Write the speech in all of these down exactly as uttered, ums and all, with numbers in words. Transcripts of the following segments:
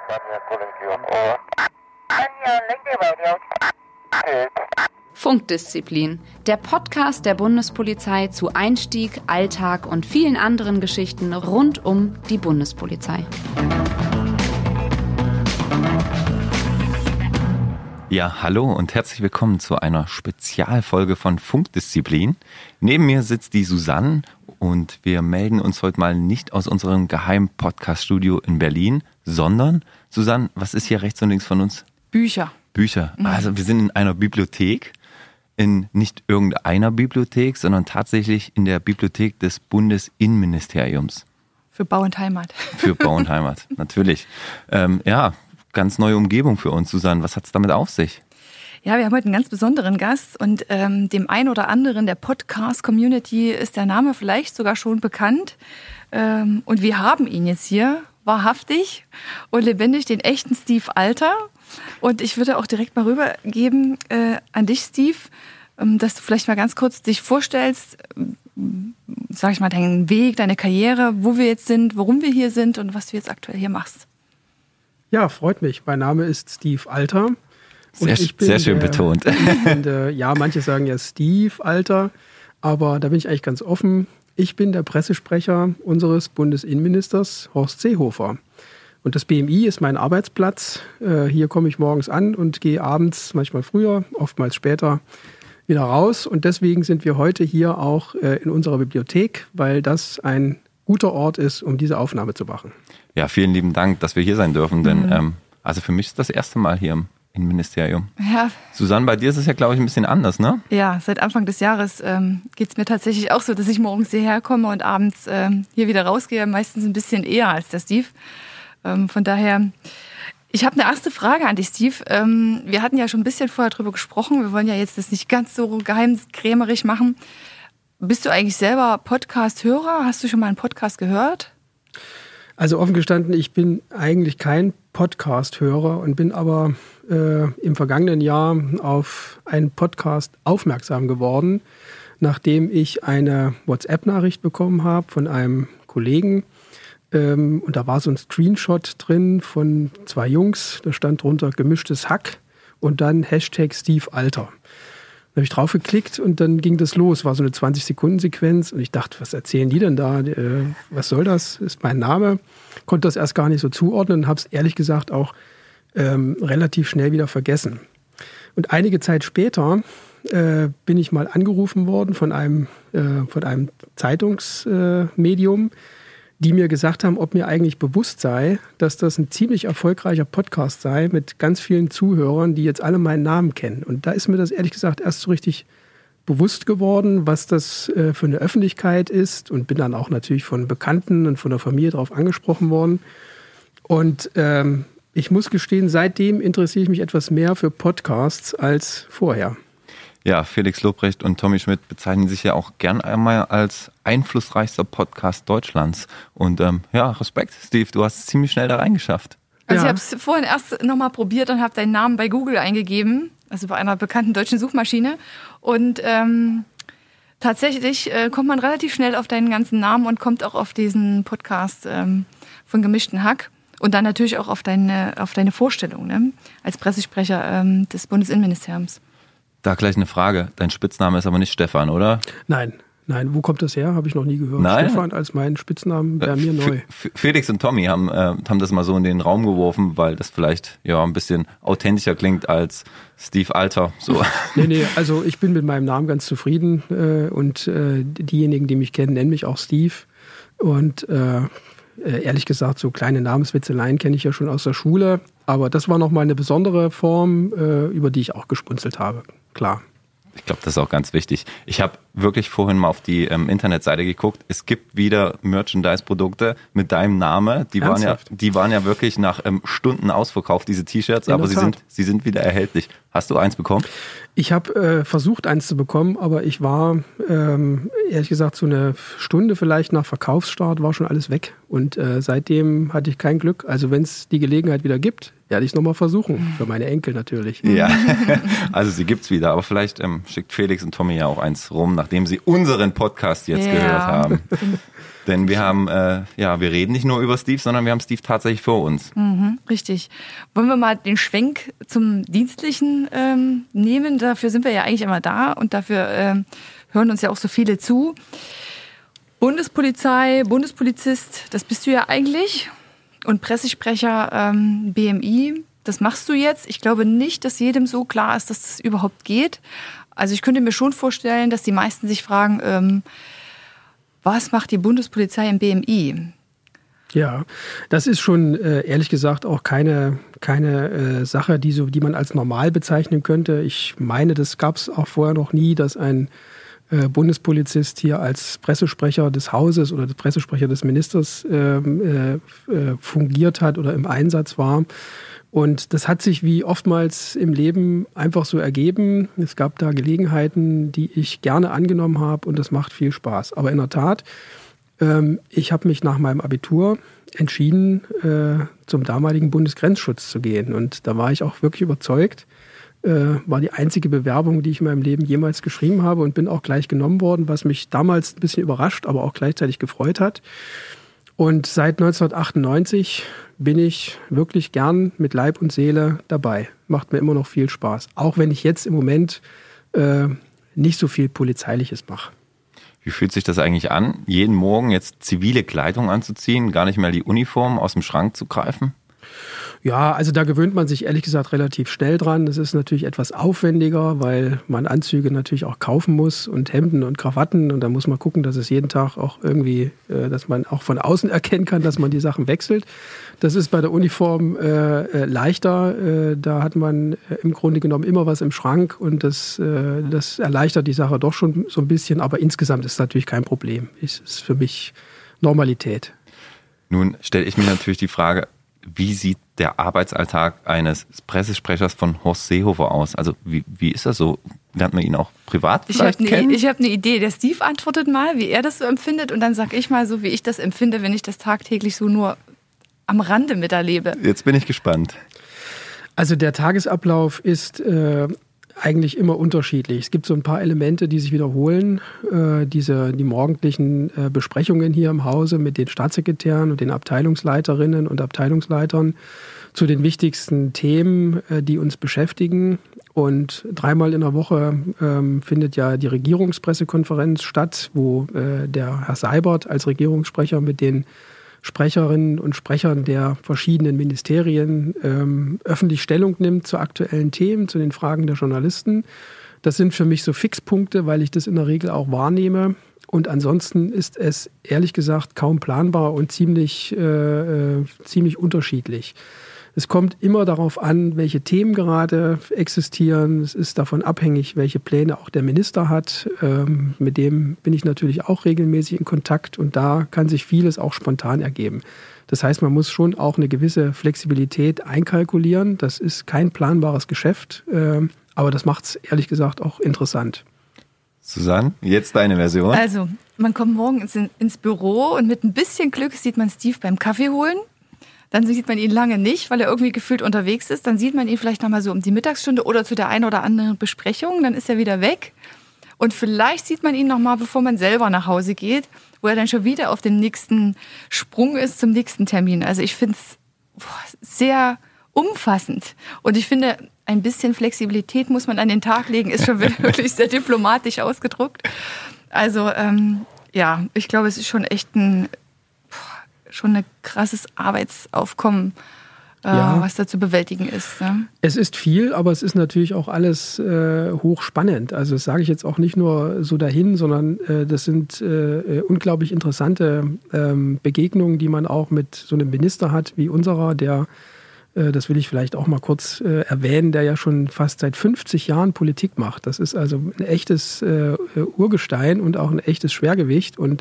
Funkdisziplin, der Podcast der Bundespolizei zu Einstieg, Alltag und vielen anderen Geschichten rund um die Bundespolizei. Ja, hallo und herzlich willkommen zu einer Spezialfolge von Funkdisziplin. Neben mir sitzt die Susanne und wir melden uns heute mal nicht aus unserem geheimen Podcast-Studio in Berlin, sondern, Susanne, was ist hier rechts und links von uns? Bücher. Bücher. Also wir sind in einer Bibliothek, in nicht irgendeiner Bibliothek, sondern tatsächlich in der Bibliothek des Bundesinnenministeriums. Für Bau und Heimat. Für Bau und Heimat, natürlich. Ähm, ja, ganz neue Umgebung für uns, Susanne. Was hat es damit auf sich? Ja, wir haben heute einen ganz besonderen Gast und ähm, dem einen oder anderen der Podcast-Community ist der Name vielleicht sogar schon bekannt. Ähm, und wir haben ihn jetzt hier, wahrhaftig und lebendig, den echten Steve Alter. Und ich würde auch direkt mal rübergeben äh, an dich, Steve, ähm, dass du vielleicht mal ganz kurz dich vorstellst, ähm, sag ich mal, deinen Weg, deine Karriere, wo wir jetzt sind, warum wir hier sind und was du jetzt aktuell hier machst. Ja, freut mich. Mein Name ist Steve Alter. Und sehr, ich bin sehr schön der, betont. bin der, ja, manche sagen ja Steve Alter, aber da bin ich eigentlich ganz offen. Ich bin der Pressesprecher unseres Bundesinnenministers Horst Seehofer. Und das B M I ist mein Arbeitsplatz. Hier komme ich morgens an und gehe abends, manchmal früher, oftmals später, wieder raus. Und deswegen sind wir heute hier auch in unserer Bibliothek, weil das ein guter Ort ist, um diese Aufnahme zu machen. Ja, vielen lieben Dank, dass wir hier sein dürfen, denn mhm. ähm, also für mich ist das erste Mal hier im Innenministerium. Ja. Susanne, bei dir ist es ja, glaube ich, ein bisschen anders, ne? Ja, seit Anfang des Jahres ähm, geht es mir tatsächlich auch so, dass ich morgens hierher komme und abends ähm, hier wieder rausgehe, meistens ein bisschen eher als der Steve. Ähm, von daher, ich habe eine erste Frage an dich, Steve. Ähm, wir hatten ja schon ein bisschen vorher drüber gesprochen, wir wollen ja jetzt das nicht ganz so geheimkrämerig machen. Bist du eigentlich selber Podcast-Hörer? Hast du schon mal einen Podcast gehört? Also offen gestanden, ich bin eigentlich kein Podcast-Hörer und bin aber äh, im vergangenen Jahr auf einen Podcast aufmerksam geworden, nachdem ich eine WhatsApp-Nachricht bekommen habe von einem Kollegen. Ähm, und da war so ein Screenshot drin von zwei Jungs, da stand drunter gemischtes Hack und dann Hashtag Steve Alter. Da habe ich drauf geklickt und dann ging das los. War so eine zwanzig-Sekunden-Sequenz und ich dachte, was erzählen die denn da? Äh, was soll das? Ist mein Name. Konnte das erst gar nicht so zuordnen und habe es ehrlich gesagt auch ähm, relativ schnell wieder vergessen. Und einige Zeit später äh, bin ich mal angerufen worden von einem, äh, von einem Zeitungsmedium, äh, die mir gesagt haben, ob mir eigentlich bewusst sei, dass das ein ziemlich erfolgreicher Podcast sei mit ganz vielen Zuhörern, die jetzt alle meinen Namen kennen. Und da ist mir das ehrlich gesagt erst so richtig bewusst geworden, was das äh, für eine Öffentlichkeit ist und bin dann auch natürlich von Bekannten und von der Familie darauf angesprochen worden. Und ähm, ich muss gestehen, seitdem interessiere ich mich etwas mehr für Podcasts als vorher. Ja, Felix Lobrecht und Tommy Schmidt bezeichnen sich ja auch gern einmal als einflussreichster Podcast Deutschlands. Und ähm, ja, Respekt, Steve, du hast es ziemlich schnell da reingeschafft. Also Ja. ich habe es vorhin erst nochmal probiert und habe deinen Namen bei Google eingegeben, also bei einer bekannten deutschen Suchmaschine. Und ähm, tatsächlich äh, kommt man relativ schnell auf deinen ganzen Namen und kommt auch auf diesen Podcast ähm, von Gemischten Hack. Und dann natürlich auch auf deine, auf deine Vorstellung, ne? Als Pressesprecher ähm, des Bundesinnenministeriums. Da gleich eine Frage. Dein Spitzname ist aber nicht Stefan, oder? Nein, nein, wo kommt das her? Habe ich noch nie gehört. Nein. Stefan als mein Spitznamen wäre mir neu. F- Felix und Tommy haben, äh, haben das mal so in den Raum geworfen, weil das vielleicht ja ein bisschen authentischer klingt als Steve Alter. So. Nee, nee, also ich bin mit meinem Namen ganz zufrieden äh, und äh, diejenigen, die mich kennen, nennen mich auch Steve. Und äh, ehrlich gesagt, so kleine Namenswitzeleien kenne ich ja schon aus der Schule. Aber das war nochmal eine besondere Form, äh, über die ich auch geschmunzelt habe. Klar. Ich glaube, das ist auch ganz wichtig. Ich habe wirklich vorhin mal auf die ähm, Internetseite geguckt. Es gibt wieder Merchandise-Produkte mit deinem Namen. Die waren ja, die waren ja wirklich nach ähm, Stunden ausverkauft, diese T-Shirts, In aber der sie Tat. sind, sie sind wieder erhältlich. Hast du eins bekommen? Ich habe äh, versucht, eins zu bekommen, aber ich war, ähm, ehrlich gesagt, so eine Stunde vielleicht nach Verkaufsstart war schon alles weg. Und äh, seitdem hatte ich kein Glück. Also wenn es die Gelegenheit wieder gibt, werde ich es nochmal versuchen. Für meine Enkel natürlich. Ja, also sie gibt's wieder. Aber vielleicht ähm, schickt Felix und Tommy ja auch eins rum, nachdem sie unseren Podcast jetzt Ja. gehört haben. Denn wir haben, äh, ja, wir reden nicht nur über Steve, sondern wir haben Steve tatsächlich vor uns. Mhm, richtig. Wollen wir mal den Schwenk zum Dienstlichen ähm, nehmen? Dafür sind wir ja eigentlich immer da und dafür ähm, hören uns ja auch so viele zu. Bundespolizei, Bundespolizist, das bist du ja eigentlich. Und Pressesprecher ähm, B M I, das machst du jetzt. Ich glaube nicht, dass jedem so klar ist, dass das überhaupt geht. Also ich könnte mir schon vorstellen, dass die meisten sich fragen, ähm, was macht die Bundespolizei im B M I? Ja, das ist schon äh, ehrlich gesagt auch keine, keine äh, Sache, die, so, die man als normal bezeichnen könnte. Ich meine, das gab es auch vorher noch nie, dass ein äh, Bundespolizist hier als Pressesprecher des Hauses oder des Pressesprecher des Ministers ähm, äh, äh, fungiert hat oder im Einsatz war. Und das hat sich wie oftmals im Leben einfach so ergeben. Es gab da Gelegenheiten, die ich gerne angenommen habe und das macht viel Spaß. Aber in der Tat, ähm, ich habe mich nach meinem Abitur entschieden, äh, zum damaligen Bundesgrenzschutz zu gehen. Und da war ich auch wirklich überzeugt. Äh, war die einzige Bewerbung, die ich in meinem Leben jemals geschrieben habe und bin auch gleich genommen worden, was mich damals ein bisschen überrascht, aber auch gleichzeitig gefreut hat. Und seit neunzehnhundertachtundneunzig bin ich wirklich gern mit Leib und Seele dabei. Macht mir immer noch viel Spaß. Auch wenn ich jetzt im Moment äh, nicht so viel Polizeiliches mache. Wie fühlt sich das eigentlich an, jeden Morgen jetzt zivile Kleidung anzuziehen, gar nicht mehr die Uniform aus dem Schrank zu greifen? Ja, also da gewöhnt man sich ehrlich gesagt relativ schnell dran. Das ist natürlich etwas aufwendiger, weil man Anzüge natürlich auch kaufen muss und Hemden und Krawatten. Und da muss man gucken, dass es jeden Tag auch irgendwie, äh, dass man auch von außen erkennen kann, dass man die Sachen wechselt. Das ist bei der Uniform äh, äh, leichter. Äh, da hat man äh, im Grunde genommen immer was im Schrank und das, äh, das erleichtert die Sache doch schon so ein bisschen. Aber insgesamt ist es natürlich kein Problem. Es ist für mich Normalität. Nun stelle ich mir natürlich die Frage, wie sieht der Arbeitsalltag eines Pressesprechers von Horst Seehofer aus? Also wie, wie ist das so? Lernt man ihn auch privat ich hab kennen? Ne, ich habe eine Idee. Der Steve antwortet mal, wie er das so empfindet und dann sage ich mal so, wie ich das empfinde, wenn ich das tagtäglich so nur am Rande miterlebe. Jetzt bin ich gespannt. Also der Tagesablauf ist äh, eigentlich immer unterschiedlich. Es gibt so ein paar Elemente, die sich wiederholen. Äh, diese, die morgendlichen äh, Besprechungen hier im Hause mit den Staatssekretären und den Abteilungsleiterinnen und Abteilungsleitern zu den wichtigsten Themen, äh, die uns beschäftigen. Und dreimal in der Woche ähm, findet ja die Regierungspressekonferenz statt, wo äh, der Herr Seibert als Regierungssprecher mit den Sprecherinnen und Sprechern der verschiedenen Ministerien ähm, öffentlich Stellung nimmt zu aktuellen Themen, zu den Fragen der Journalisten. Das sind für mich so Fixpunkte, weil ich das in der Regel auch wahrnehme. Und ansonsten ist es ehrlich gesagt kaum planbar und ziemlich, äh, ziemlich unterschiedlich. Es kommt immer darauf an, welche Themen gerade existieren. Es ist davon abhängig, welche Pläne auch der Minister hat. Ähm, mit dem bin ich natürlich auch regelmäßig in Kontakt und da kann sich vieles auch spontan ergeben. Das heißt, man muss schon auch eine gewisse Flexibilität einkalkulieren. Das ist kein planbares Geschäft, ähm, aber das macht es ehrlich gesagt auch interessant. Susanne, jetzt deine Version. Also, man kommt morgen ins, ins Büro und mit ein bisschen Glück sieht man Steve beim Kaffee holen. Dann sieht man ihn lange nicht, weil er irgendwie gefühlt unterwegs ist. Dann sieht man ihn vielleicht nochmal so um die Mittagsstunde oder zu der einen oder anderen Besprechung. Dann ist er wieder weg. Und vielleicht sieht man ihn nochmal, bevor man selber nach Hause geht, wo er dann schon wieder auf dem nächsten Sprung ist zum nächsten Termin. Also ich finde es sehr umfassend. Und ich finde, ein bisschen Flexibilität muss man an den Tag legen, ist schon wirklich sehr diplomatisch ausgedrückt. Also ähm, ja, ich glaube, es ist schon echt ein... schon ein krasses Arbeitsaufkommen, äh, ja. was da zu bewältigen ist. Ne? Es ist viel, aber es ist natürlich auch alles äh, hochspannend. Also das sage ich jetzt auch nicht nur so dahin, sondern äh, das sind äh, unglaublich interessante ähm, Begegnungen, die man auch mit so einem Minister hat wie unserer, der, äh, das will ich vielleicht auch mal kurz äh, erwähnen, der ja schon fast seit fünfzig Jahren Politik macht. Das ist also ein echtes äh, Urgestein und auch ein echtes Schwergewicht und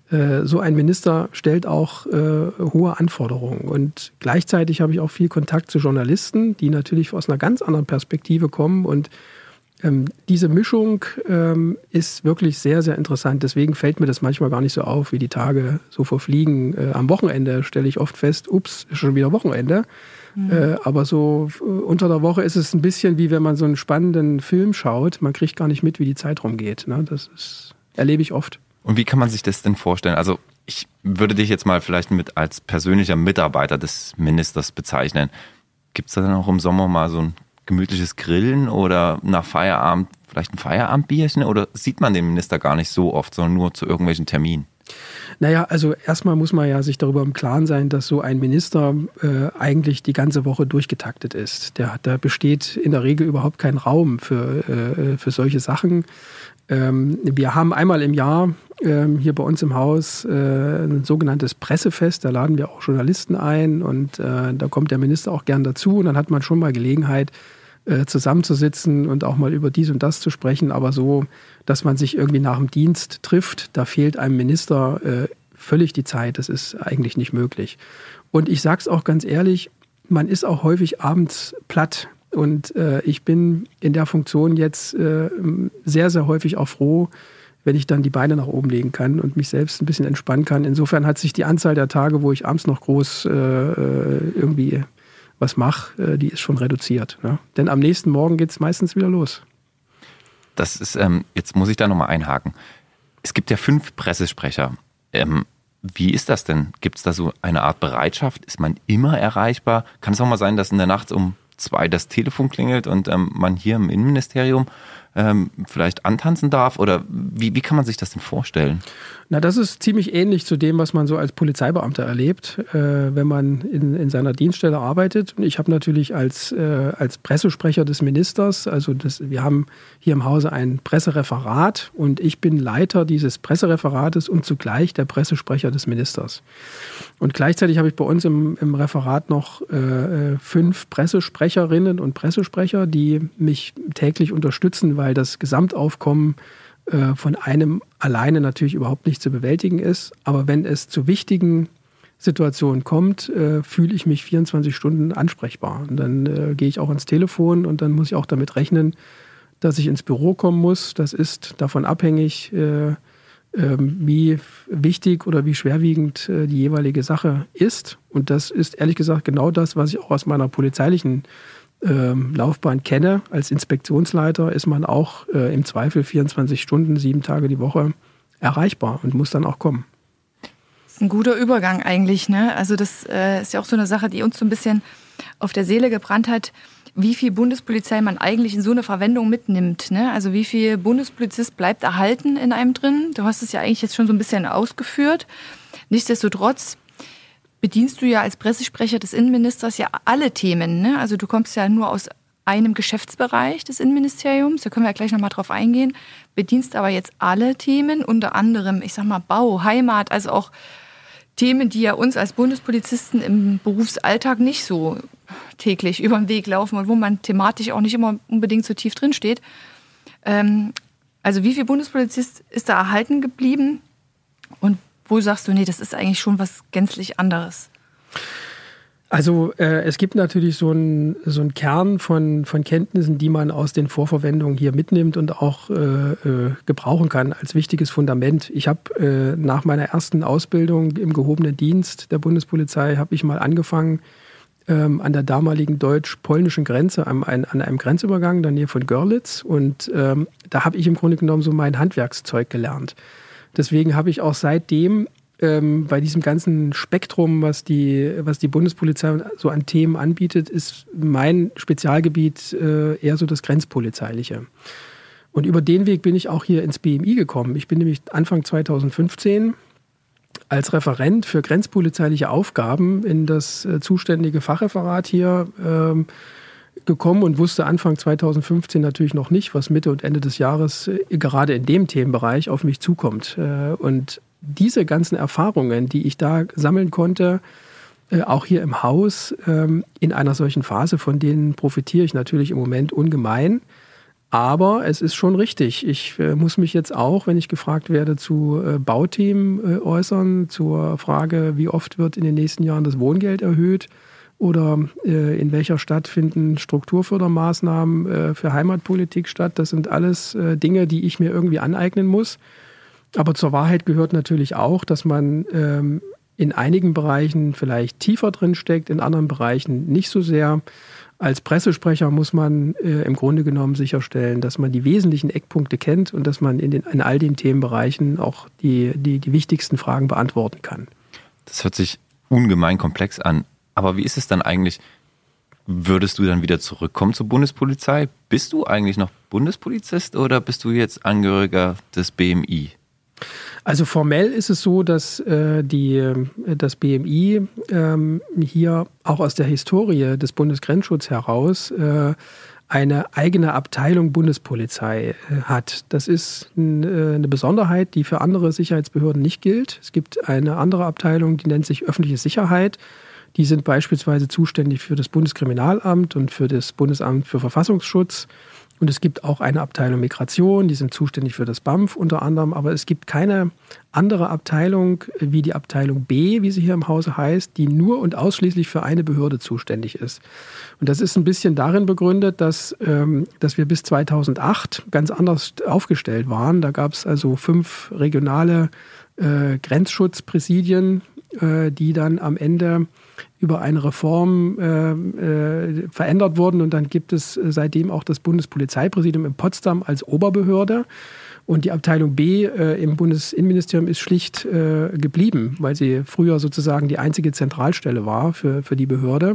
so ein Minister stellt auch äh, hohe Anforderungen. Und gleichzeitig habe ich auch viel Kontakt zu Journalisten, die natürlich aus einer ganz anderen Perspektive kommen. Und ähm, diese Mischung ähm, ist wirklich sehr, sehr interessant. Deswegen fällt mir das manchmal gar nicht so auf, wie die Tage so verfliegen. Äh, am Wochenende stelle ich oft fest, ups, ist schon wieder Wochenende. Mhm. Äh, aber so äh, unter der Woche ist es ein bisschen wie wenn man so einen spannenden Film schaut. Man kriegt gar nicht mit, wie die Zeit rumgeht. Ne? Das ist, erlebe ich oft. Und wie kann man sich das denn vorstellen? Also Ich würde dich jetzt mal vielleicht mit als persönlicher Mitarbeiter des Ministers bezeichnen. Gibt es da dann auch im Sommer mal so ein gemütliches Grillen oder nach Feierabend vielleicht ein Feierabendbierchen oder sieht man den Minister gar nicht so oft, sondern nur zu irgendwelchen Terminen? Naja, also erstmal muss man ja sich darüber im Klaren sein, dass so ein Minister äh, eigentlich die ganze Woche durchgetaktet ist. Der, da besteht in der Regel überhaupt kein Raum für, äh, für solche Sachen. Ähm, wir haben einmal im Jahr ähm, hier bei uns im Haus äh, ein sogenanntes Pressefest. Da laden wir auch Journalisten ein und äh, da kommt der Minister auch gern dazu. Und dann hat man schon mal Gelegenheit, äh, zusammenzusitzen und auch mal über dies und das zu sprechen. Aber so, dass man sich irgendwie nach dem Dienst trifft, da fehlt einem Minister äh, völlig die Zeit. Das ist eigentlich nicht möglich. Und ich sage es auch ganz ehrlich, man ist auch häufig abends platt. Und äh, ich bin in der Funktion jetzt äh, sehr, sehr häufig auch froh, wenn ich dann die Beine nach oben legen kann und mich selbst ein bisschen entspannen kann. Insofern hat sich die Anzahl der Tage, wo ich abends noch groß äh, irgendwie was mache, äh, die ist schon reduziert. Ne? Denn am nächsten Morgen geht es meistens wieder los. Das ist, ähm, jetzt muss ich da nochmal einhaken. Es gibt ja fünf Pressesprecher. Ähm, wie ist das denn? Gibt es da so eine Art Bereitschaft? Ist man immer erreichbar? Kann es auch mal sein, dass in der Nacht um zwei das Telefon klingelt und ähm, man hier im Innenministerium ähm, vielleicht antanzen darf? Oder wie, wie kann man sich das denn vorstellen? Na, das ist ziemlich ähnlich zu dem, was man so als Polizeibeamter erlebt, äh, wenn man in, in seiner Dienststelle arbeitet. Und ich habe natürlich als, äh, als Pressesprecher des Ministers, also das, wir haben hier im Hause ein Pressereferat und ich bin Leiter dieses Pressereferates und zugleich der Pressesprecher des Ministers. Und gleichzeitig habe ich bei uns im, im Referat noch äh, fünf Pressesprecherinnen und Pressesprecher, die mich täglich unterstützen, weil das Gesamtaufkommen äh, von einem alleine natürlich überhaupt nicht zu bewältigen ist. Aber wenn es zu wichtigen Situationen kommt, äh, fühle ich mich vierundzwanzig Stunden ansprechbar. Und dann äh, gehe ich auch ans Telefon und dann muss ich auch damit rechnen, dass ich ins Büro kommen muss. Das ist davon abhängig, äh, wie wichtig oder wie schwerwiegend die jeweilige Sache ist. Und das ist ehrlich gesagt genau das, was ich auch aus meiner polizeilichen äh, Laufbahn kenne. Als Inspektionsleiter ist man auch äh, im Zweifel vierundzwanzig Stunden, sieben Tage die Woche erreichbar und muss dann auch kommen. Das ist ein guter Übergang eigentlich, ne? Also das äh, ist ja auch so eine Sache, die uns so ein bisschen auf der Seele gebrannt hat, wie viel Bundespolizei man eigentlich in so eine Verwendung mitnimmt. Ne? Also wie viel Bundespolizist bleibt erhalten in einem drin. Du hast es ja eigentlich jetzt schon so ein bisschen ausgeführt. Nichtsdestotrotz bedienst du ja als Pressesprecher des Innenministers ja alle Themen. Ne? Also du kommst ja nur aus einem Geschäftsbereich des Innenministeriums, da können wir ja gleich nochmal drauf eingehen, bedienst aber jetzt alle Themen, unter anderem, ich sag mal, Bau, Heimat, also auch Themen, die ja uns als Bundespolizisten im Berufsalltag nicht so täglich über den Weg laufen und wo man thematisch auch nicht immer unbedingt so tief drin steht. Ähm, also wie viel Bundespolizist ist da erhalten geblieben und wo sagst du, nee, das ist eigentlich schon was gänzlich anderes? Also äh, es gibt natürlich so einen so einen Kern von, von Kenntnissen, die man aus den Vorverwendungen hier mitnimmt und auch äh, äh, gebrauchen kann als wichtiges Fundament. Ich habe äh, nach meiner ersten Ausbildung im gehobenen Dienst der Bundespolizei, habe ich mal angefangen ähm, an der damaligen deutsch-polnischen Grenze, an, an einem Grenzübergang in der Nähe von Görlitz. Und ähm, da habe ich im Grunde genommen so mein Handwerkszeug gelernt. Deswegen habe ich auch seitdem Ähm, bei diesem ganzen Spektrum, was die, was die Bundespolizei so an Themen anbietet, ist mein Spezialgebiet äh, eher so das Grenzpolizeiliche. Und über den Weg bin ich auch hier ins B M I gekommen. Ich bin nämlich Anfang zweitausendfünfzehn als Referent für grenzpolizeiliche Aufgaben in das äh, zuständige Fachreferat hier ähm, gekommen und wusste Anfang zweitausendfünfzehn natürlich noch nicht, was Mitte und Ende des Jahres äh, gerade in dem Themenbereich auf mich zukommt. Äh, und diese ganzen Erfahrungen, die ich da sammeln konnte, äh, auch hier im Haus, ähm, in einer solchen Phase, von denen profitiere ich natürlich im Moment ungemein. Aber es ist schon richtig. Ich äh, muss mich jetzt auch, wenn ich gefragt werde, zu äh, Bauthemen äh, äußern, zur Frage, wie oft wird in den nächsten Jahren das Wohngeld erhöht oder äh, in welcher Stadt finden Strukturfördermaßnahmen äh, für Heimatpolitik statt. Das sind alles äh, Dinge, die ich mir irgendwie aneignen muss. Aber zur Wahrheit gehört natürlich auch, dass man ähm, in einigen Bereichen vielleicht tiefer drin steckt, in anderen Bereichen nicht so sehr. Als Pressesprecher muss man äh, im Grunde genommen sicherstellen, dass man die wesentlichen Eckpunkte kennt und dass man in, den, in all den Themenbereichen auch die, die, die wichtigsten Fragen beantworten kann. Das hört sich ungemein komplex an. Aber wie ist es dann eigentlich? Würdest du dann wieder zurückkommen zur Bundespolizei? Bist du eigentlich noch Bundespolizist oder bist du jetzt Angehöriger des B M I? Also formell ist es so, dass äh, die, das B M I ähm, hier auch aus der Historie des Bundesgrenzschutzes heraus äh, eine eigene Abteilung Bundespolizei äh, hat. Das ist ein, äh, eine Besonderheit, die für andere Sicherheitsbehörden nicht gilt. Es gibt eine andere Abteilung, die nennt sich öffentliche Sicherheit. Die sind beispielsweise zuständig für das Bundeskriminalamt und für das Bundesamt für Verfassungsschutz. Und es gibt auch eine Abteilung Migration, die sind zuständig für das B A M F unter anderem. Aber es gibt keine andere Abteilung wie die Abteilung B, wie sie hier im Hause heißt, die nur und ausschließlich für eine Behörde zuständig ist. Und das ist ein bisschen darin begründet, dass, ähm, dass wir bis zweitausendacht ganz anders aufgestellt waren. Da gab es also fünf regionale äh, Grenzschutzpräsidien, äh, die dann am Ende über eine Reform äh, äh, verändert wurden. Und dann gibt es seitdem auch das Bundespolizeipräsidium in Potsdam als Oberbehörde. Und die Abteilung B äh, im Bundesinnenministerium ist schlicht äh, geblieben, weil sie früher sozusagen die einzige Zentralstelle war für, für die Behörde.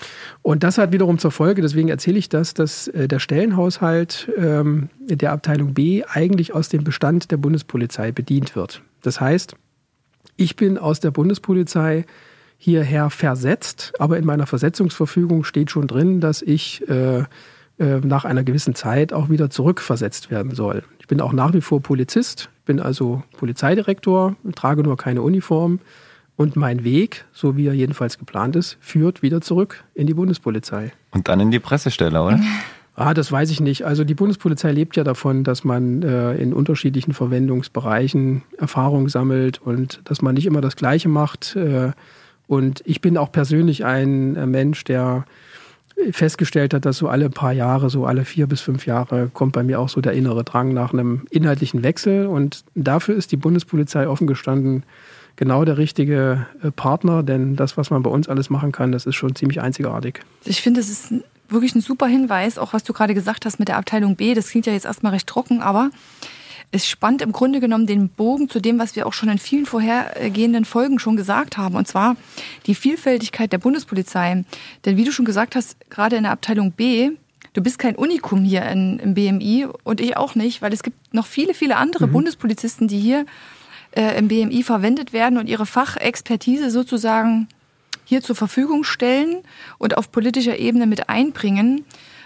Und das hat wiederum zur Folge, deswegen erzähle ich das, dass äh, der Stellenhaushalt ähm, der Abteilung B eigentlich aus dem Bestand der Bundespolizei bedient wird. Das heißt, ich bin aus der Bundespolizei hierher versetzt, aber in meiner Versetzungsverfügung steht schon drin, dass ich äh, äh, nach einer gewissen Zeit auch wieder zurückversetzt werden soll. Ich bin auch nach wie vor Polizist, bin also Polizeidirektor, trage nur keine Uniform und mein Weg, so wie er jedenfalls geplant ist, führt wieder zurück in die Bundespolizei. Und dann in die Pressestelle, oder? Ah, das weiß ich nicht. Also die Bundespolizei lebt ja davon, dass man äh, in unterschiedlichen Verwendungsbereichen Erfahrung sammelt und dass man nicht immer das Gleiche macht. Äh, Und ich bin auch persönlich ein Mensch, der festgestellt hat, dass so alle paar Jahre, so alle vier bis fünf Jahre, kommt bei mir auch so der innere Drang nach einem inhaltlichen Wechsel. Und dafür ist die Bundespolizei offen gestanden genau der richtige Partner. Denn das, was man bei uns alles machen kann, das ist schon ziemlich einzigartig. Ich finde, das ist wirklich ein super Hinweis, auch was du gerade gesagt hast mit der Abteilung B. Das klingt ja jetzt erstmal recht trocken, aber es spannt im Grunde genommen den Bogen zu dem, was wir auch schon in vielen vorhergehenden Folgen schon gesagt haben, und zwar die Vielfältigkeit der Bundespolizei. Denn wie du schon gesagt hast, gerade in der Abteilung B, du bist kein Unikum hier in, im B M I und ich auch nicht, weil es gibt noch viele, viele andere mhm. Bundespolizisten, die hier äh, im B M I verwendet werden und ihre Fachexpertise sozusagen hier zur Verfügung stellen und auf politischer Ebene mit einbringen.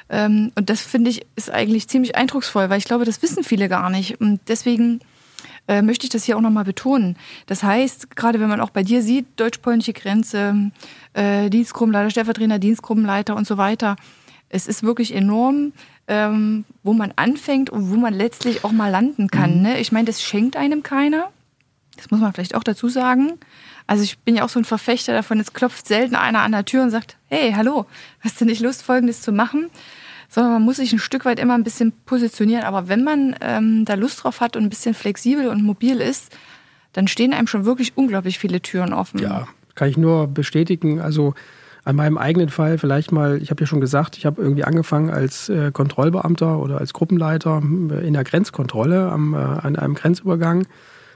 Und das, finde ich, ist eigentlich ziemlich eindrucksvoll, weil ich glaube, das wissen viele gar nicht. Und deswegen äh, möchte ich das hier auch nochmal betonen. Das heißt, gerade wenn man auch bei dir sieht, deutsch-polnische Grenze, äh, Dienstgruppenleiter, stellvertretender Dienstgruppenleiter und so weiter, es ist wirklich enorm, ähm, wo man anfängt und wo man letztlich auch mal landen kann. Mhm. Ne? Ich meine, das schenkt einem keiner. Das muss man vielleicht auch dazu sagen. Also ich bin ja auch so ein Verfechter davon, es klopft selten einer an der Tür und sagt, hey, hallo, hast du nicht Lust, Folgendes zu machen? Sondern man muss sich ein Stück weit immer ein bisschen positionieren. Aber wenn man ähm, da Lust drauf hat und ein bisschen flexibel und mobil ist, dann stehen einem schon wirklich unglaublich viele Türen offen. Ja, kann ich nur bestätigen. Also an meinem eigenen Fall vielleicht mal, ich habe ja schon gesagt, ich habe irgendwie angefangen als äh, Kontrollbeamter oder als Gruppenleiter in der Grenzkontrolle am, äh, an einem Grenzübergang.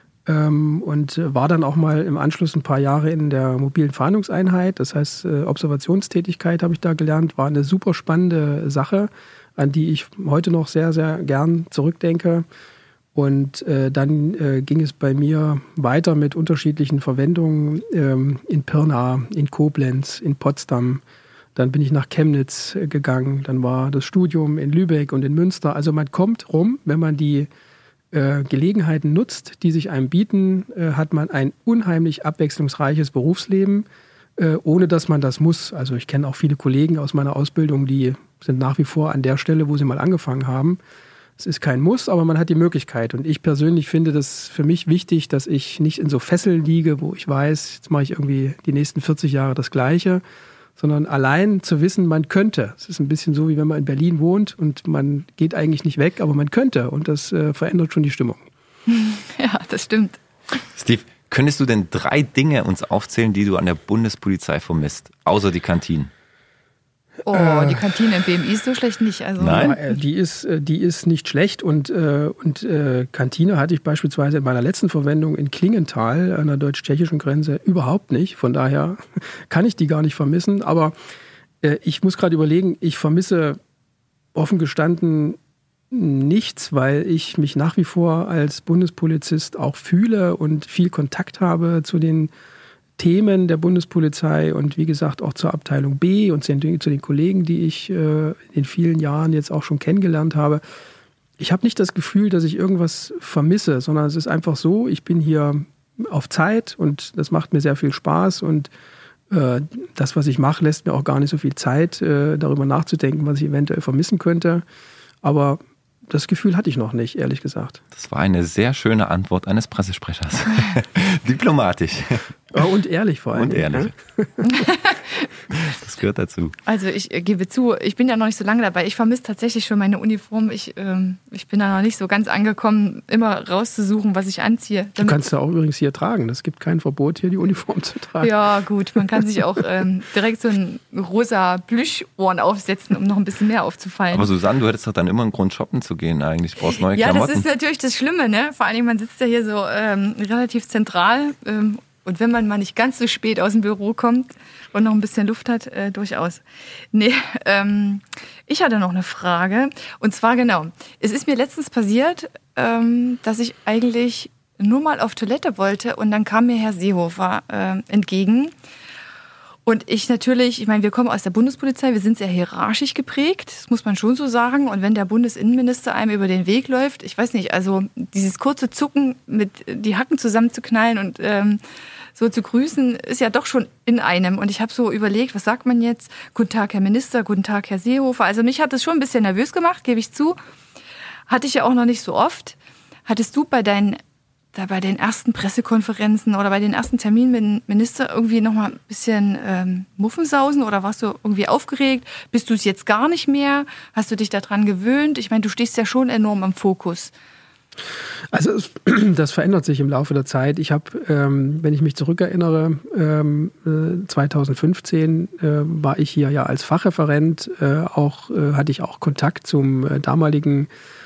Und war dann auch mal im Anschluss ein paar Jahre in der mobilen Fahndungseinheit. Das heißt, Observationstätigkeit habe ich da gelernt. War eine super spannende Sache, an die ich heute noch sehr, sehr gern zurückdenke. Und dann ging es bei mir weiter mit unterschiedlichen Verwendungen in Pirna, in Koblenz, in Potsdam. Dann bin ich nach Chemnitz gegangen. Dann war das Studium in Lübeck und in Münster. Also man kommt rum, wenn man die Äh, Gelegenheiten nutzt, die sich einem bieten, äh, hat man ein unheimlich abwechslungsreiches Berufsleben, äh, ohne dass man das muss. Also ich kenne auch viele Kollegen aus meiner Ausbildung, die sind nach wie vor an der Stelle, wo sie mal angefangen haben. Es ist kein Muss, aber man hat die Möglichkeit. Und ich persönlich finde das für mich wichtig, dass ich nicht in so Fesseln liege, wo ich weiß, jetzt mache ich irgendwie die nächsten vierzig Jahre das Gleiche, sondern allein zu wissen, man könnte. Es ist ein bisschen so, wie wenn man in Berlin wohnt und man geht eigentlich nicht weg, aber man könnte. Und das äh, verändert schon die Stimmung. Ja, das stimmt. Steve, könntest du denn drei Dinge uns aufzählen, die du an der Bundespolizei vermisst, außer die Kantinen? Oh, äh, die Kantine im B M I ist so schlecht nicht. Also. Nein, ja, die ist, die ist nicht schlecht und, und äh, Kantine hatte ich beispielsweise in meiner letzten Verwendung in Klingenthal an der deutsch-tschechischen Grenze überhaupt nicht. Von daher kann ich die gar nicht vermissen. Aber äh, ich muss gerade überlegen, ich vermisse offen gestanden nichts, weil ich mich nach wie vor als Bundespolizist auch fühle und viel Kontakt habe zu den Themen der Bundespolizei und wie gesagt auch zur Abteilung B und zu den, zu den Kollegen, die ich äh, in vielen Jahren jetzt auch schon kennengelernt habe. Ich habe nicht das Gefühl, dass ich irgendwas vermisse, sondern es ist einfach so, ich bin hier auf Zeit und das macht mir sehr viel Spaß und äh, das, was ich mache, lässt mir auch gar nicht so viel Zeit, äh, darüber nachzudenken, was ich eventuell vermissen könnte. Aber das Gefühl hatte ich noch nicht, ehrlich gesagt. Das war eine sehr schöne Antwort eines Pressesprechers. Diplomatisch. Und ehrlich vor allem. Und ehrlich. Das gehört dazu. Also ich äh, gebe zu, ich bin ja noch nicht so lange dabei. Ich vermisse tatsächlich schon meine Uniform. Ich, ähm, ich bin da noch nicht so ganz angekommen, immer rauszusuchen, was ich anziehe. Du kannst ja auch übrigens hier tragen. Es gibt kein Verbot, hier die Uniform zu tragen. Ja gut, man kann sich auch ähm, direkt so ein rosa Plüschohren aufsetzen, um noch ein bisschen mehr aufzufallen. Aber Susanne, du hättest doch dann immer einen Grund, shoppen zu gehen eigentlich. Du brauchst neue ja, Klamotten. Ja, das ist natürlich das Schlimme, ne? Vor allen Dingen, man sitzt ja hier so ähm, relativ zentral ähm, und wenn man mal nicht ganz so spät aus dem Büro kommt und noch ein bisschen Luft hat, äh, durchaus. Nee, ähm, ich hatte noch eine Frage. Und zwar genau, es ist mir letztens passiert, ähm, dass ich eigentlich nur mal auf Toilette wollte und dann kam mir Herr Seehofer äh, entgegen. Und ich natürlich, ich meine, wir kommen aus der Bundespolizei, wir sind sehr hierarchisch geprägt, das muss man schon so sagen. Und wenn der Bundesinnenminister einem über den Weg läuft, ich weiß nicht, also dieses kurze Zucken mit die Hacken zusammenzuknallen und ähm, so zu grüßen, ist ja doch schon in einem. Und ich habe so überlegt, was sagt man jetzt? Guten Tag, Herr Minister, guten Tag, Herr Seehofer. Also mich hat das schon ein bisschen nervös gemacht, gebe ich zu. Hatte ich ja auch noch nicht so oft. Hattest du bei deinen da bei den ersten Pressekonferenzen oder bei den ersten Terminen mit dem Minister irgendwie noch mal ein bisschen ähm, Muffensausen oder warst du irgendwie aufgeregt? Bist du es jetzt gar nicht mehr? Hast du dich daran gewöhnt? Ich meine, du stehst ja schon enorm im Fokus. Also das verändert sich im Laufe der Zeit. Ich habe, ähm, wenn ich mich zurückerinnere, ähm, zweitausendfünfzehn äh, war ich hier ja als Fachreferent, äh, auch äh, hatte ich auch Kontakt zum äh, damaligen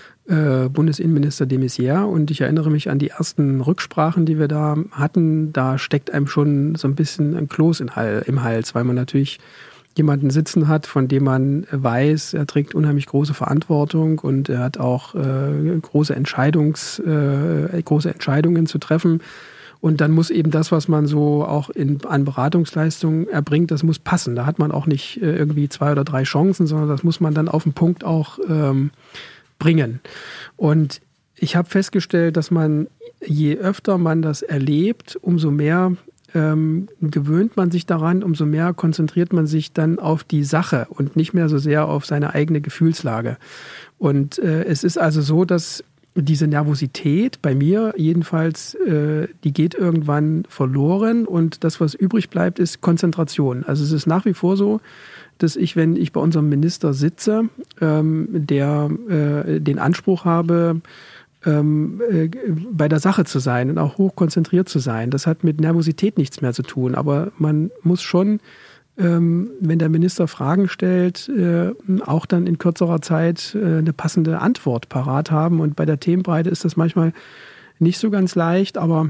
äh, Bundesinnenminister de Maizière und ich erinnere mich an die ersten Rücksprachen, die wir da hatten. Da steckt einem schon so ein bisschen ein Kloß in Hal- im Hals, weil man natürlich jemanden sitzen hat, von dem man weiß, er trägt unheimlich große Verantwortung und er hat auch äh, große, Entscheidungs, äh, große Entscheidungen zu treffen. Und dann muss eben das, was man so auch in, an Beratungsleistungen erbringt, das muss passen. Da hat man auch nicht äh, irgendwie zwei oder drei Chancen, sondern das muss man dann auf den Punkt auch ähm, bringen. Und ich habe festgestellt, dass man, je öfter man das erlebt, umso mehr Ähm, gewöhnt man sich daran, umso mehr konzentriert man sich dann auf die Sache und nicht mehr so sehr auf seine eigene Gefühlslage. Und äh, es ist also so, dass diese Nervosität bei mir jedenfalls, äh, die geht irgendwann verloren und das, was übrig bleibt, ist Konzentration. Also es ist nach wie vor so, dass ich, wenn ich bei unserem Minister sitze, ähm, der äh, den Anspruch habe, Ähm, äh, bei der Sache zu sein und auch hoch konzentriert zu sein. Das hat mit Nervosität nichts mehr zu tun, aber man muss schon, ähm, wenn der Minister Fragen stellt, äh, auch dann in kürzerer Zeit äh, eine passende Antwort parat haben und bei der Themenbreite ist das manchmal nicht so ganz leicht, aber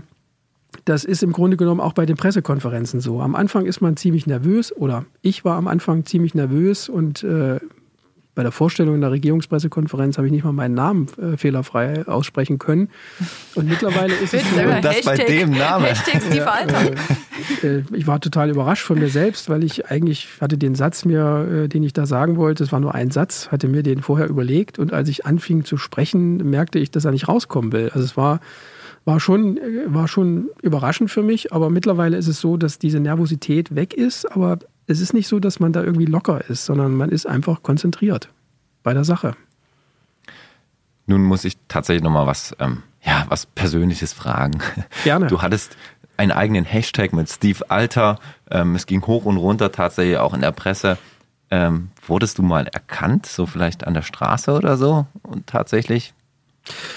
das ist im Grunde genommen auch bei den Pressekonferenzen so. Am Anfang ist man ziemlich nervös oder ich war am Anfang ziemlich nervös und äh, bei der Vorstellung in der Regierungspressekonferenz habe ich nicht mal meinen Namen äh, fehlerfrei aussprechen können. Und mittlerweile ist es so, und das Hashtag, bei dem Namen. Hashtag Steve Alter. Äh, äh, ich war total überrascht von mir selbst, weil ich eigentlich hatte den Satz mir, äh, den ich da sagen wollte, es war nur ein Satz, hatte mir den vorher überlegt und als ich anfing zu sprechen, merkte ich, dass er nicht rauskommen will. Also es war War schon, war schon überraschend für mich, aber mittlerweile ist es so, dass diese Nervosität weg ist, aber es ist nicht so, dass man da irgendwie locker ist, sondern man ist einfach konzentriert bei der Sache. Nun muss ich tatsächlich nochmal was, ähm, ja, was Persönliches fragen. Gerne. Du hattest einen eigenen Hashtag mit Steve Alter, ähm, es ging hoch und runter tatsächlich auch in der Presse. Ähm, wurdest du mal erkannt, so vielleicht an der Straße oder so und tatsächlich?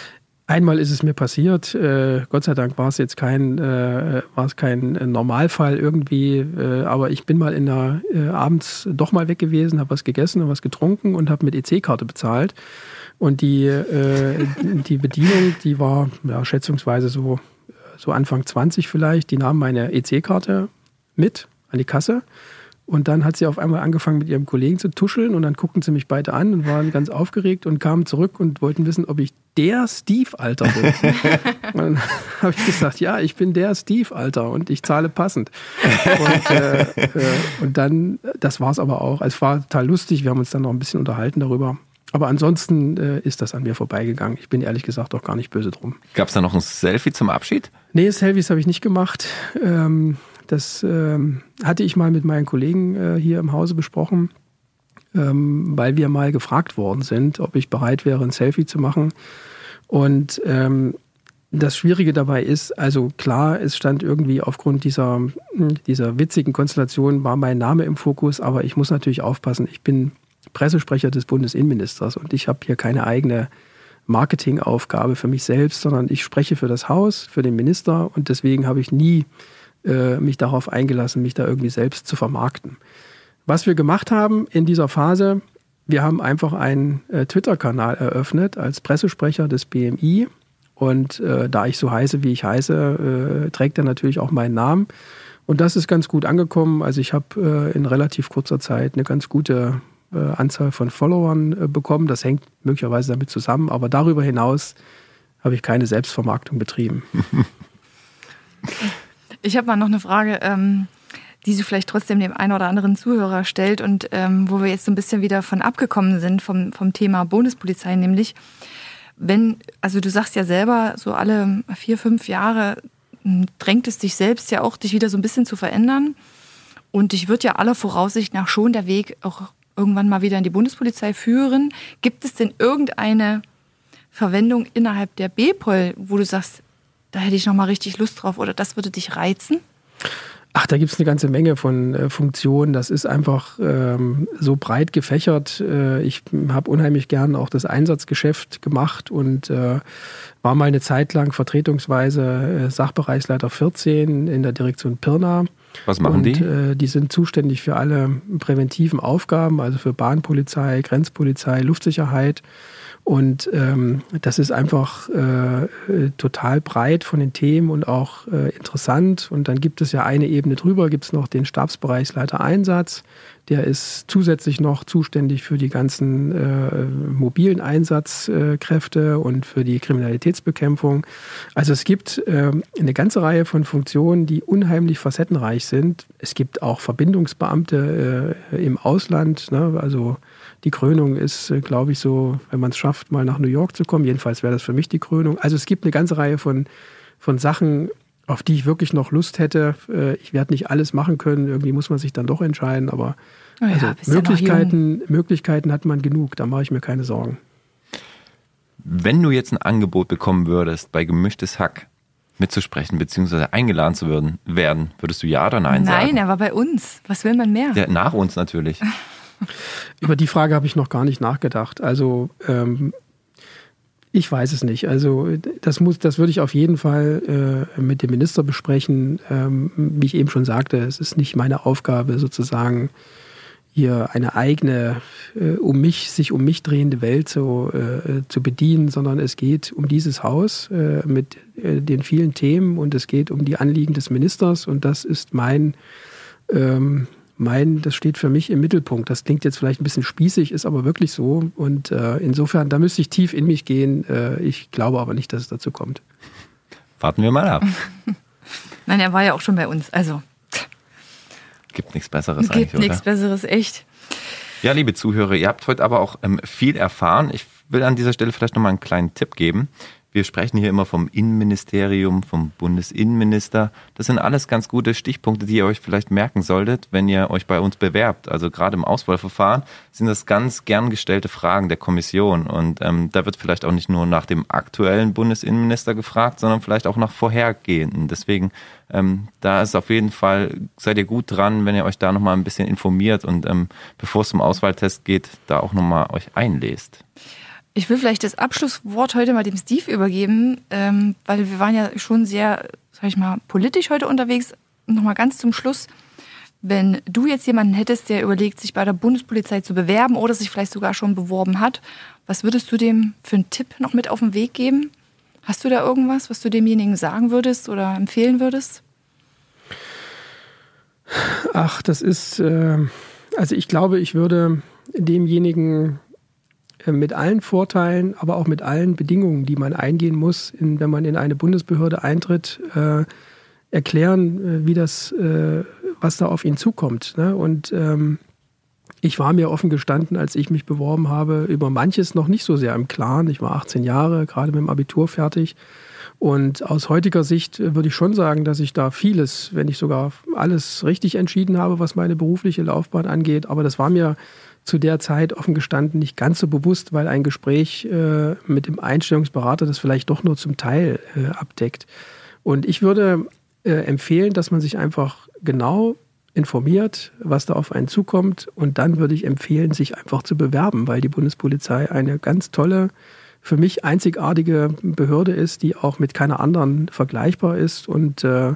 Einmal ist es mir passiert. Äh, Gott sei Dank war es jetzt kein, äh, war es kein Normalfall irgendwie. Äh, aber ich bin mal in der äh, abends doch mal weg gewesen, habe was gegessen und was getrunken und habe mit E C-Karte bezahlt. Und die, äh, die Bedienung, die war ja, schätzungsweise so, so Anfang zwanzig vielleicht. Die nahm meine E C-Karte mit an die Kasse. Und dann hat sie auf einmal angefangen, mit ihrem Kollegen zu tuscheln. Und dann guckten sie mich beide an und waren ganz aufgeregt und kamen zurück und wollten wissen, ob ich der Steve, Alter, bin. Und dann habe ich gesagt, ja, ich bin der Steve, Alter, und ich zahle passend. Und, äh, äh, und dann, das war es aber auch. Es war total lustig. Wir haben uns dann noch ein bisschen unterhalten darüber. Aber ansonsten äh, ist das an mir vorbeigegangen. Ich bin ehrlich gesagt auch gar nicht böse drum. Gab es da noch ein Selfie zum Abschied? Nee, Selfies habe ich nicht gemacht. Ähm, Das ähm, hatte ich mal mit meinen Kollegen äh, hier im Hause besprochen, ähm, weil wir mal gefragt worden sind, ob ich bereit wäre, ein Selfie zu machen. Und ähm, das Schwierige dabei ist, also klar, es stand irgendwie aufgrund dieser, dieser witzigen Konstellation, war mein Name im Fokus, aber ich muss natürlich aufpassen, ich bin Pressesprecher des Bundesinnenministers und ich habe hier keine eigene Marketingaufgabe für mich selbst, sondern ich spreche für das Haus, für den Minister und deswegen habe ich nie mich darauf eingelassen, mich da irgendwie selbst zu vermarkten. Was wir gemacht haben in dieser Phase, wir haben einfach einen äh, Twitter-Kanal eröffnet als Pressesprecher des B M I und äh, da ich so heiße, wie ich heiße, äh, trägt er natürlich auch meinen Namen und das ist ganz gut angekommen. Also ich habe äh, in relativ kurzer Zeit eine ganz gute äh, Anzahl von Followern äh, bekommen. Das hängt möglicherweise damit zusammen, aber darüber hinaus habe ich keine Selbstvermarktung betrieben. Ich habe mal noch eine Frage, ähm, die sie vielleicht trotzdem dem einen oder anderen Zuhörer stellt und ähm, wo wir jetzt so ein bisschen wieder von abgekommen sind vom, vom Thema Bundespolizei, nämlich wenn, also du sagst ja selber, so alle vier, fünf Jahre drängt es dich selbst ja auch, dich wieder so ein bisschen zu verändern und dich wird ja aller Voraussicht nach schon der Weg auch irgendwann mal wieder in die Bundespolizei führen. Gibt es denn irgendeine Verwendung innerhalb der B P O L, wo du sagst, da hätte ich noch mal richtig Lust drauf oder das würde dich reizen? Ach, da gibt es eine ganze Menge von äh, Funktionen. Das ist einfach ähm, so breit gefächert. Äh, ich habe unheimlich gern auch das Einsatzgeschäft gemacht und äh, war mal eine Zeit lang vertretungsweise äh, Sachbereichsleiter vierzehn in der Direktion Pirna. Was machen und, die? Äh, die sind zuständig für alle präventiven Aufgaben, also für Bahnpolizei, Grenzpolizei, Luftsicherheit. Und ähm, das ist einfach äh, total breit von den Themen und auch äh, interessant. Und dann gibt es ja eine Ebene drüber, gibt es noch den Stabsbereichsleiter Einsatz. Der ist zusätzlich noch zuständig für die ganzen äh, mobilen Einsatzkräfte und für die Kriminalitätsbekämpfung. Also es gibt äh, eine ganze Reihe von Funktionen, die unheimlich facettenreich sind. Es gibt auch Verbindungsbeamte äh, im Ausland, ne? Also die Krönung ist, glaube ich, so, wenn man es schafft, mal nach New York zu kommen. Jedenfalls wäre das für mich die Krönung. Also es gibt eine ganze Reihe von, von Sachen, auf die ich wirklich noch Lust hätte. Ich werde nicht alles machen können. Irgendwie muss man sich dann doch entscheiden. Aber oh ja, also Möglichkeiten, Möglichkeiten hat man genug. Da mache ich mir keine Sorgen. Wenn du jetzt ein Angebot bekommen würdest, bei Gemischtes Hack mitzusprechen, beziehungsweise eingeladen zu werden, werden würdest du ja oder nein, nein sagen? Nein, er war bei uns. Was will man mehr? Ja, nach uns natürlich. Über die Frage habe ich noch gar nicht nachgedacht. Also ähm, ich weiß es nicht. Also das muss, das würde ich auf jeden Fall äh, mit dem Minister besprechen. Ähm, wie ich eben schon sagte, es ist nicht meine Aufgabe, sozusagen hier eine eigene, äh, um mich, sich um mich drehende Welt so, äh, zu bedienen, sondern es geht um dieses Haus äh, mit äh, den vielen Themen und es geht um die Anliegen des Ministers und das ist mein ähm, Mein, das steht für mich im Mittelpunkt. Das klingt jetzt vielleicht ein bisschen spießig, ist aber wirklich so. Und äh, insofern, da müsste ich tief in mich gehen. Äh, ich glaube aber nicht, dass es dazu kommt. Warten wir mal ab. Nein, er war ja auch schon bei uns. Also gibt nichts Besseres gibt eigentlich, oder? Gibt nichts Besseres, echt. Ja, liebe Zuhörer, ihr habt heute aber auch ähm, viel erfahren. Ich will an dieser Stelle vielleicht nochmal einen kleinen Tipp geben. Wir sprechen hier immer vom Innenministerium, vom Bundesinnenminister. Das sind alles ganz gute Stichpunkte, die ihr euch vielleicht merken solltet, wenn ihr euch bei uns bewerbt. Also gerade im Auswahlverfahren sind das ganz gern gestellte Fragen der Kommission. Und ähm, da wird vielleicht auch nicht nur nach dem aktuellen Bundesinnenminister gefragt, sondern vielleicht auch nach vorhergehenden. Deswegen, ähm, da ist auf jeden Fall, seid ihr gut dran, wenn ihr euch da nochmal ein bisschen informiert und ähm, bevor es zum Auswahltest geht, da auch nochmal euch einlest. Ich will vielleicht das Abschlusswort heute mal dem Steve übergeben, ähm, weil wir waren ja schon sehr, sag ich mal, politisch heute unterwegs. Nochmal ganz zum Schluss. Wenn du jetzt jemanden hättest, der überlegt, sich bei der Bundespolizei zu bewerben oder sich vielleicht sogar schon beworben hat, was würdest du dem für einen Tipp noch mit auf den Weg geben? Hast du da irgendwas, was du demjenigen sagen würdest oder empfehlen würdest? Ach, das ist, äh, also ich glaube, ich würde demjenigen mit allen Vorteilen, aber auch mit allen Bedingungen, die man eingehen muss, in, wenn man in eine Bundesbehörde eintritt, äh, erklären, äh, wie das, äh, was da auf ihn zukommt. Ne? Und ähm, ich war mir offen gestanden, als ich mich beworben habe, über manches noch nicht so sehr im Klaren. Ich war achtzehn Jahre, gerade mit dem Abitur fertig. Und aus heutiger Sicht würde ich schon sagen, dass ich da vieles, wenn nicht sogar alles richtig entschieden habe, was meine berufliche Laufbahn angeht. Aber das war mir zu der Zeit offen gestanden nicht ganz so bewusst, weil ein Gespräch äh, mit dem Einstellungsberater das vielleicht doch nur zum Teil äh, abdeckt. Und ich würde äh, empfehlen, dass man sich einfach genau informiert, was da auf einen zukommt. Und dann würde ich empfehlen, sich einfach zu bewerben, weil die Bundespolizei eine ganz tolle, für mich einzigartige Behörde ist, die auch mit keiner anderen vergleichbar ist. Und äh,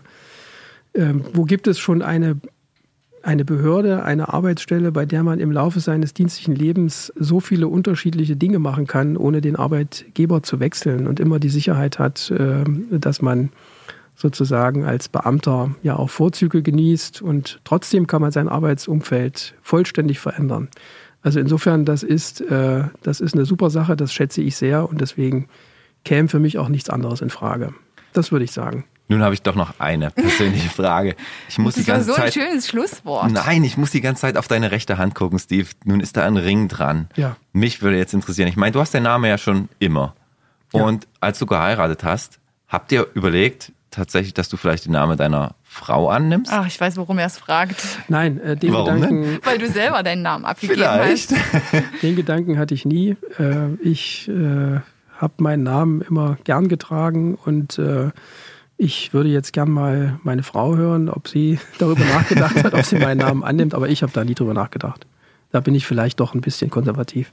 äh, wo gibt es schon eine Eine Behörde, eine Arbeitsstelle, bei der man im Laufe seines dienstlichen Lebens so viele unterschiedliche Dinge machen kann, ohne den Arbeitgeber zu wechseln und immer die Sicherheit hat, dass man sozusagen als Beamter ja auch Vorzüge genießt und trotzdem kann man sein Arbeitsumfeld vollständig verändern. Also insofern, das ist, das ist eine super Sache, das schätze ich sehr und deswegen käme für mich auch nichts anderes in Frage. Das würde ich sagen. Nun habe ich doch noch eine persönliche Frage. Ich muss das die ganze war so ein Zeit, schönes Schlusswort. Nein, ich muss die ganze Zeit auf deine rechte Hand gucken, Steve. Nun ist da ein Ring dran. Ja. Mich würde jetzt interessieren. Ich meine, du hast den Namen ja schon immer. Ja. Und als du geheiratet hast, habt ihr überlegt tatsächlich, dass du vielleicht den Namen deiner Frau annimmst? Ach, ich weiß, warum er es fragt. Nein, äh, den Warum Gedanken, denn? Weil du selber deinen Namen abgegeben Vielleicht. hast. Den Gedanken hatte ich nie. Äh, ich äh, habe meinen Namen immer gern getragen und äh, ich würde jetzt gern mal meine Frau hören, ob sie darüber nachgedacht hat, ob sie meinen Namen annimmt, aber ich habe da nie drüber nachgedacht. Da bin ich vielleicht doch ein bisschen konservativ.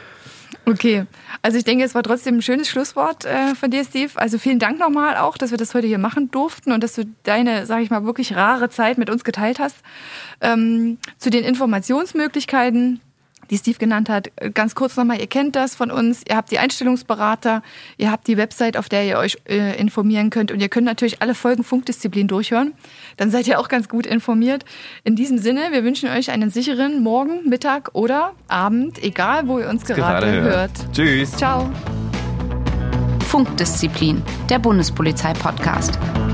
Okay, also ich denke, es war trotzdem ein schönes Schlusswort äh, von dir, Steve. Also vielen Dank nochmal auch, dass wir das heute hier machen durften und dass du deine, sage ich mal, wirklich rare Zeit mit uns geteilt hast. Ähm, zu den Informationsmöglichkeiten, die Steve genannt hat, ganz kurz nochmal, ihr kennt das von uns, ihr habt die Einstellungsberater, ihr habt die Website, auf der ihr euch äh, informieren könnt und ihr könnt natürlich alle Folgen Funkdisziplin durchhören. Dann seid ihr auch ganz gut informiert. In diesem Sinne, wir wünschen euch einen sicheren Morgen, Mittag oder Abend, egal wo ihr uns gerade, Gerade hört. hört. Tschüss. Ciao. Funkdisziplin, der Bundespolizei-Podcast.